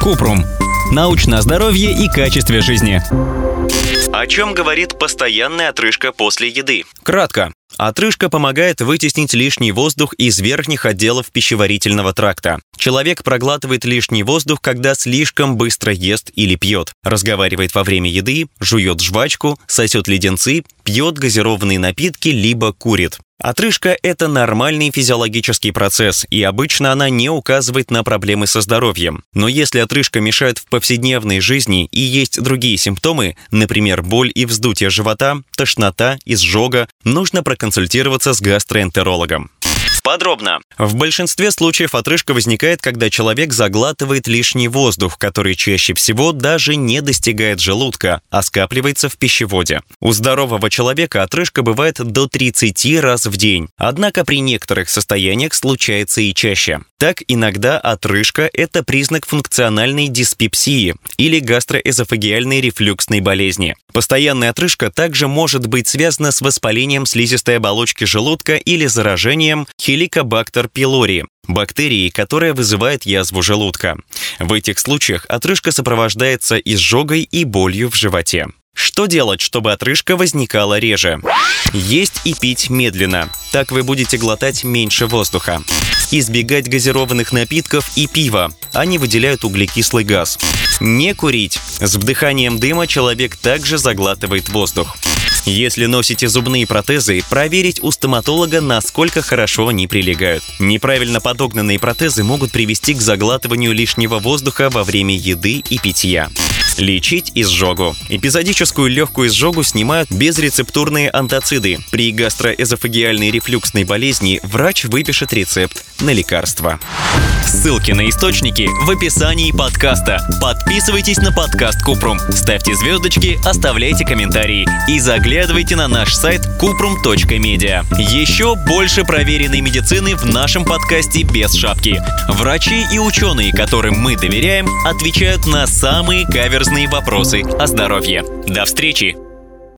Купрум. Научное здоровье и качестве жизни. О чем говорит постоянная отрыжка после еды? Кратко. Отрыжка помогает вытеснить лишний воздух из верхних отделов пищеварительного тракта. Человек проглатывает лишний воздух, когда слишком быстро ест или пьет, разговаривает во время еды, жует жвачку, сосет леденцы, пьет газированные напитки либо курит. Отрыжка – это нормальный физиологический процесс, и обычно она не указывает на проблемы со здоровьем. Но если отрыжка мешает в повседневной жизни и есть другие симптомы, например, боль и вздутие живота, тошнота, изжога, нужно проконсультироваться с гастроэнтерологом. Подробно. В большинстве случаев отрыжка возникает, когда человек заглатывает лишний воздух, который чаще всего даже не достигает желудка, а скапливается в пищеводе. У здорового человека отрыжка бывает до 30 раз в день, однако при некоторых состояниях случается и чаще. Так, иногда отрыжка – это признак функциональной диспепсии или гастроэзофагеальной рефлюксной болезни. Постоянная отрыжка также может быть связана с воспалением слизистой оболочки желудка или заражением Helicobacter pylori, бактерии, которая вызывает язву желудка. В этих случаях отрыжка сопровождается изжогой и болью в животе. Что делать, чтобы отрыжка возникала реже? Есть и пить медленно. Так вы будете глотать меньше воздуха. Избегать газированных напитков и пива. Они выделяют углекислый газ. Не курить. С вдыханием дыма человек также заглатывает воздух. Если носите зубные протезы, проверить у стоматолога, насколько хорошо они прилегают. Неправильно подогнанные протезы могут привести к заглатыванию лишнего воздуха во время еды и питья. Лечить изжогу. Эпизодическую легкую изжогу снимают безрецептурные антациды. При гастроэзофагеальной рефлюксной болезни врач выпишет рецепт на лекарство. Ссылки на источники в описании подкаста. Подписывайтесь на подкаст Купрум, ставьте звездочки, оставляйте комментарии и заглядывайте на наш сайт kuprum.media. Еще больше проверенной медицины в нашем подкасте без шапки. Врачи и ученые, которым мы доверяем, отвечают на самые каверзные вопросы о здоровье. До встречи!